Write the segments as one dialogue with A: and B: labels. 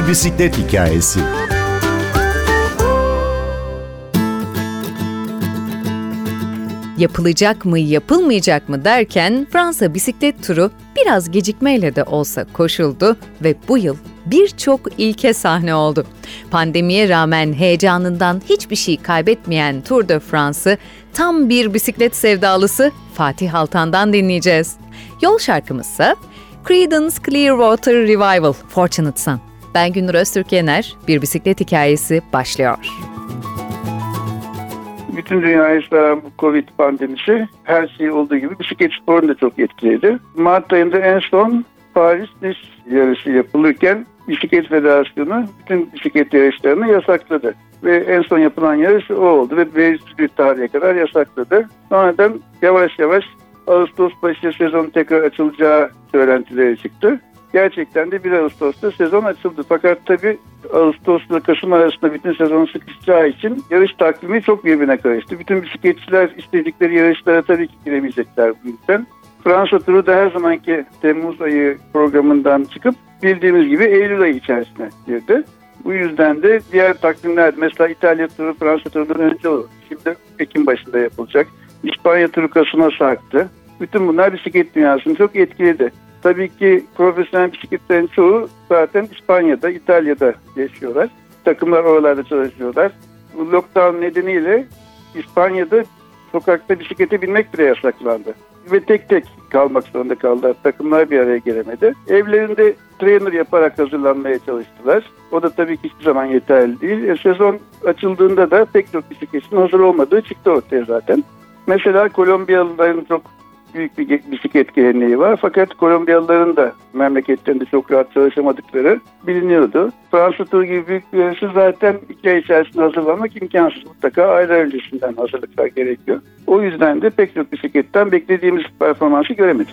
A: Bir bisiklet hikayesi.
B: Yapılacak mı, yapılmayacak mı derken Fransa bisiklet turu biraz gecikmeyle de olsa koşuldu ve bu yıl birçok ilke sahne oldu. Pandemiye rağmen heyecanından hiçbir şey kaybetmeyen Tour de France'ı tam bir bisiklet sevdalısı Fatih Altan'dan dinleyeceğiz. Yol şarkımızsa Creedence Clearwater Revival, Fortunate Son. Ben Gündür Öztürk Yener, Bir Bisiklet Hikayesi başlıyor.
C: Bütün dünyayı saran bu Covid pandemisi her şey olduğu gibi bisiklet sporunu da çok etkiledi. Mart ayında en son Paris-Nice yarışı yapılırken Bisiklet Federasyonu bütün bisiklet yarışlarını yasakladı. Ve en son yapılan yarış o oldu ve belirsiz bir tarihe kadar yasakladı. Sonradan yavaş yavaş Ağustos başı sezon tekrar açılacağı söylentileri çıktı. Gerçekten de 1 Ağustos'ta sezon açıldı. Fakat tabii Ağustos'la Kasım arasında bütün sezon sıkışacağı için yarış takvimi çok birbirine karıştı. Bütün bisikletçiler istedikleri yarışlara tabii ki giremeyecekler bu yüzden. Fransa turu da her zamanki Temmuz ayı programından çıkıp bildiğimiz gibi Eylül ayı içerisine girdi. Bu yüzden de diğer takvimler, mesela İtalya turu Fransa turundan önce olur. Şimdi Ekim başında yapılacak. İspanya turu Kasım'a sarktı. Bütün bunlar bisiklet dünyasını çok etkiledi. Tabii ki profesyonel bisikletlerin çoğu zaten İspanya'da, İtalya'da yaşıyorlar. Takımlar oralarda çalışıyorlar. Bu lockdown nedeniyle İspanya'da sokakta bisiklete binmek bile yasaklandı. Ve tek tek kalmak zorunda kaldılar. Takımlar bir araya gelemedi. Evlerinde trainer yaparak hazırlanmaya çalıştılar. O da tabii ki hiçbir zaman yeterli değil. Sezon açıldığında da pek çok bisikletçinin hazır olmadığı çıktı ortaya zaten. Mesela Kolombiyalıların çok büyük bir bisiklet geleneği var. Fakat Kolombiyalıların da memleketlerinde çok rahat çalışamadıkları biliniyordu. Fransa turu gibi büyük bir yarışı zaten 2 ay içerisinde hazırlamak imkansız. Mutlaka aylar öncesinden hazırlıklar gerekiyor. O yüzden de pek çok bisikletten beklediğimiz performansı göremedik.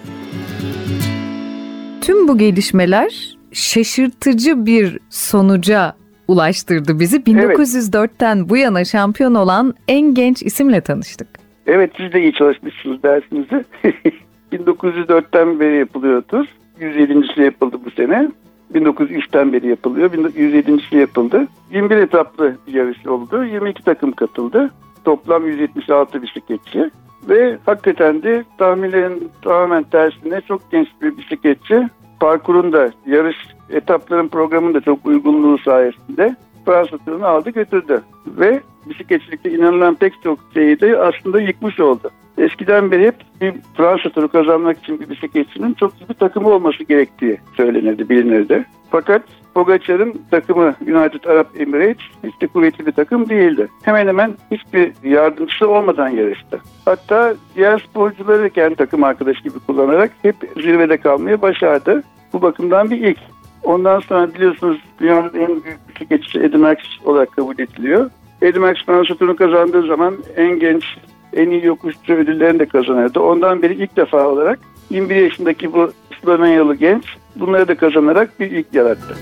B: Tüm bu gelişmeler şaşırtıcı bir sonuca ulaştırdı bizi. 1904'ten bu yana şampiyon olan en genç isimle tanıştık.
C: Evet, siz de iyi çalışmışsınız dersinizi. 1904'ten beri yapılıyor tur. 107.si yapıldı bu sene. 1903'ten beri yapılıyor. 107.si yapıldı. 21 etaplı bir yarış oldu. 22 takım katıldı. Toplam 176 bisikletçi. Ve hakikaten de tahminlerin tamamen tersine çok genç bir bisikletçi. Parkurun da, yarış etapların programının da çok uygunluğu sayesinde Fransa turunu aldı götürdü. Ve bisikletçilikte inanılan pek çok şeyi de aslında yıkmış oldu. Eskiden beri hep bir Fransa turu kazanmak için bir bisikletçinin çok iyi bir takımı olması gerektiği söylenirdi, bilinirdi. Fakat Pogacar'ın takımı United Arab Emirates hiç de kuvvetli bir takım değildi. Hemen hemen hiçbir yardımcısı olmadan yarıştı. Hatta diğer sporcuları kendi takım arkadaşı gibi kullanarak hep zirvede kalmayı başardı. Bu bakımdan bir ilk. Ondan sonra biliyorsunuz dünyanın en büyük bisikletçisi Eddy Merckx olarak kabul ediliyor. Eddy Merckx Fransa turunu kazandığı zaman en genç, en iyi yokuşçu ödüllerini de kazanırdı. Ondan beri ilk defa olarak 21 yaşındaki bu Slovenyalı genç bunları da kazanarak bir ilk yarattı.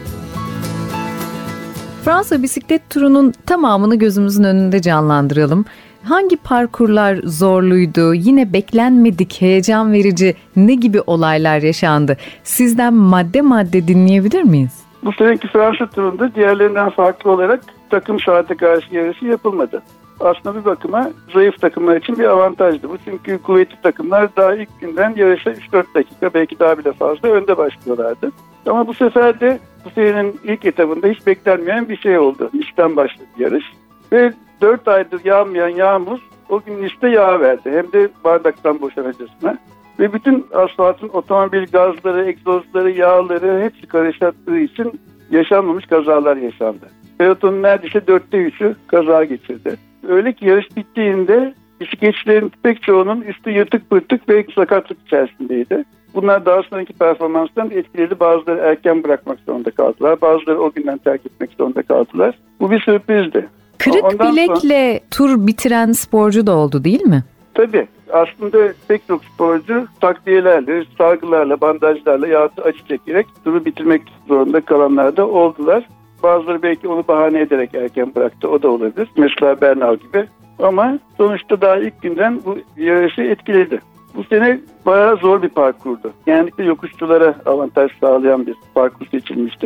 B: Fransa bisiklet turunun tamamını gözümüzün önünde canlandıralım. Hangi parkurlar zorluydu? Yine beklenmedik, heyecan verici ne gibi olaylar yaşandı? Sizden madde madde dinleyebilir miyiz?
C: Bu seneki Fransa turunda diğerlerinden farklı olarak takım saate karşı yarışı yapılmadı. Aslında bir bakıma zayıf takımlar için bir avantajdı bu. Çünkü kuvvetli takımlar daha ilk günden yarışa 3-4 dakika belki daha bile fazla önde başlıyorlardı. Ama bu sefer de bu serinin ilk etabında hiç beklenmeyen bir şey oldu. Nice'den başladı yarış. Ve 4 aydır yağmayan yağmur o gün Nice'de yağ verdi. Hem de bardaktan boşanacasına. Ve bütün asfaltın otomobil gazları, egzozları, yağları hepsi karışattığı için yaşanmamış kazalar yaşandı. Pelotonun neredeyse 3'ü kaza geçirdi. Öyle ki yarış bittiğinde bisikletçilerin pek çoğunun üstü yırtık pırtık ve sakatlık içerisindeydi. Bunlar daha sonraki performanstan da etkiledi. Bazıları erken bırakmak zorunda kaldılar. Bazıları o günden terk etmek zorunda kaldılar. Bu bir sürprizdi.
B: Kırık bilekle tur bitiren sporcu da oldu değil mi?
C: Tabii. Aslında pek çok sporcu takviyelerle, sargılarla, bandajlarla yahut acı çekerek turu bitirmek zorunda kalanlar da oldular. Bazıları belki onu bahane ederek erken bıraktı. O da olabilir. Mesela Bernal gibi. Ama sonuçta daha ilk günden bu yarışı etkiledi. Bu sene bayağı zor bir parkurdu. Genellikle yokuşçulara avantaj sağlayan bir parkur seçilmişti.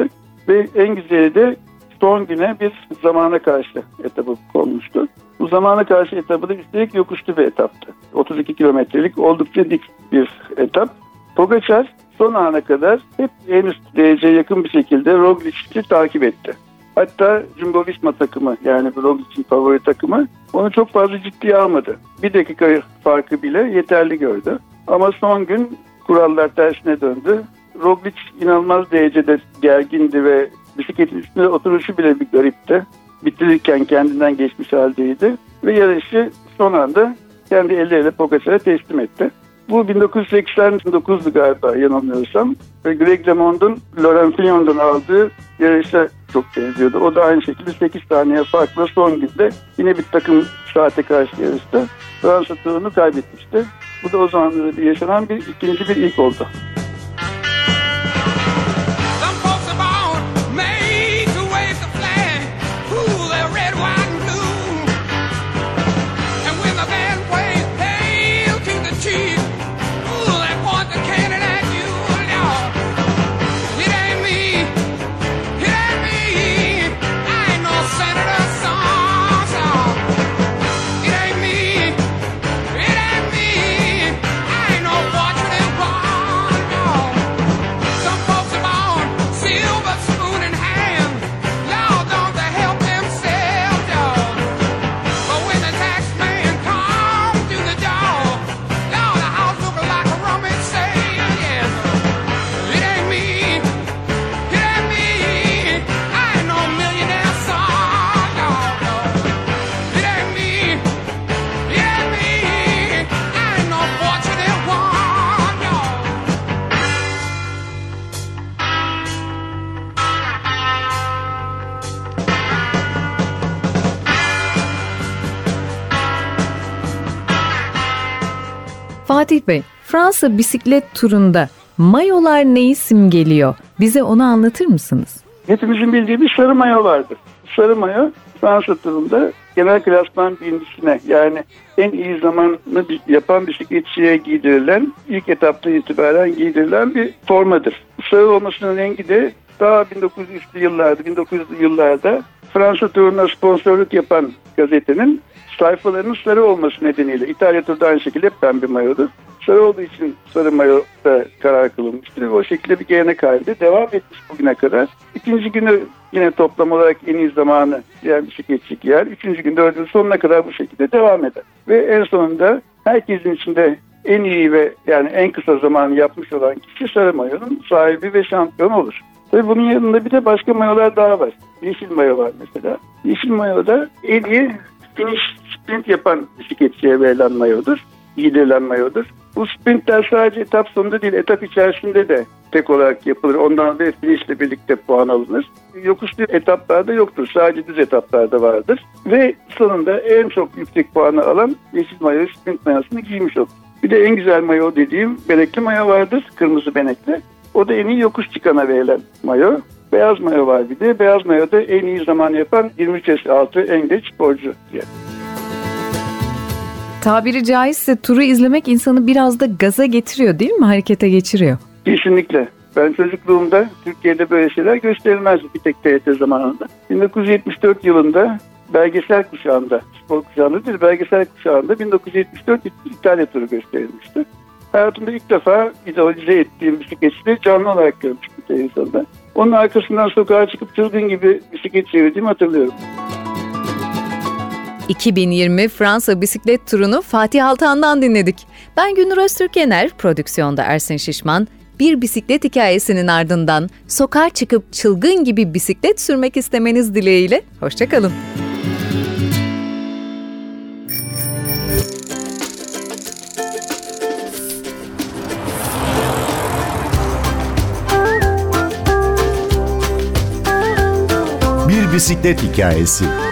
C: Ve en güzeli de son güne bir zamana karşı etabı konmuştu. Bu zamana karşı etabı da üstelik yokuşlu bir etaptı. 32 kilometrelik oldukça dik bir etap. Pogačar son ana kadar hep en üst dereceye yakın bir şekilde Roglic'i takip etti. Hatta Jumbo-Visma takımı, yani Roglic'in favori takımı onu çok fazla ciddiye almadı. 1 dakika farkı bile yeterli gördü. Ama son gün kurallar tersine döndü. Roglic inanılmaz derecede gergindi ve bisikletin üstüne oturuşu bile bir garipti. Bitirirken kendinden geçmiş haldeydi ve yarışı son anda kendi elleriyle Pogačar'a teslim etti. Bu 1989'du galiba yanılmıyorsam. Ve Greg LeMond'un Laurent Fignon'dan aldığı yarışa çok benziyordu. O da aynı şekilde 8 saniye farkla son günde yine bir takım saate karşı yarışta Fransa turunu kaybetmişti. Bu da o zamanlarda yaşanan ikinci bir ilk oldu.
B: Fatih Bey, Fransa bisiklet turunda mayolar neyi simgeliyor? Bize onu anlatır mısınız?
C: Hepimizin bildiği bir sarı mayo vardır. Sarı mayo Fransa turunda genel klasman birincisine, yani en iyi zamanını yapan bisikletçiye giydirilen, ilk etapta itibaren giydirilen bir formadır. Sarı olmasının rengi de daha 1900'lü yıllarda Fransa turuna sponsorluk yapan gazetenin sayfalarının sarı olması nedeniyle, İtalya turda aynı şekilde hep pembe mayodur. Sarı olduğu için sarı mayo da karar kılınmıştır ve o şekilde bir gelenek halinde devam etmiş bugüne kadar. İkinci günü yine toplam olarak en iyi zamanı diğer bisikletçi giyer. Üçüncü gün, dördüncü sonuna kadar bu şekilde devam eder. Ve en sonunda herkesin içinde en iyi ve yani en kısa zamanı yapmış olan kişi sarı mayonun sahibi ve şampiyon olur. Tabii bunun yanında bir de başka mayolar daha var. Yeşil mayo var mesela. Yeşil mayoda en iyi finish sprint yapan bisikletçiye verilen mayodur. Giydirilen mayodur. Bu sprintler sadece etap sonunda değil, etap içerisinde de tek olarak yapılır. Ondan ve finishle birlikte puan alınır. Yokuşlu etaplarda yoktur. Sadece düz etaplarda vardır. Ve sonunda en çok yüksek puanı alan yeşil mayo, sprint mayosunu giymiş olur. Bir de en güzel mayo dediğim benekli mayo vardır. Kırmızı benekli. O da en iyi yokuş çıkana verilen mayo. Beyaz mayo var bir de. Beyaz mayo da en iyi zaman yapan 23 yaş altı en genç sporcu diye.
B: Tabiri caizse turu izlemek insanı biraz da gaza getiriyor değil mi? Harekete geçiriyor.
C: Kesinlikle. Ben çocukluğumda Türkiye'de böyle şeyler gösterilmezdi bir tek TRT zamanında. 1974 yılında belgesel kuşağında, spor kuşağında değil, belgesel kuşağında 1974 İtalya turu gösterilmişti. Hayatımda ilk defa idealize ettiğim bisikletçileri canlı olarak görmüştüm televizyonda. Onun arkasından sokağa çıkıp çılgın gibi bisiklet çevirdiğimi hatırlıyorum.
B: 2020 Fransa bisiklet turunu Fatih Altan'dan dinledik. Ben Gündür Öztürk-Yener, prodüksiyonda Ersin Şişman. Bir bisiklet hikayesinin ardından sokağa çıkıp çılgın gibi bisiklet sürmek istemeniz dileğiyle. Hoşça kalın.
A: Bir bisiklet hikayesi.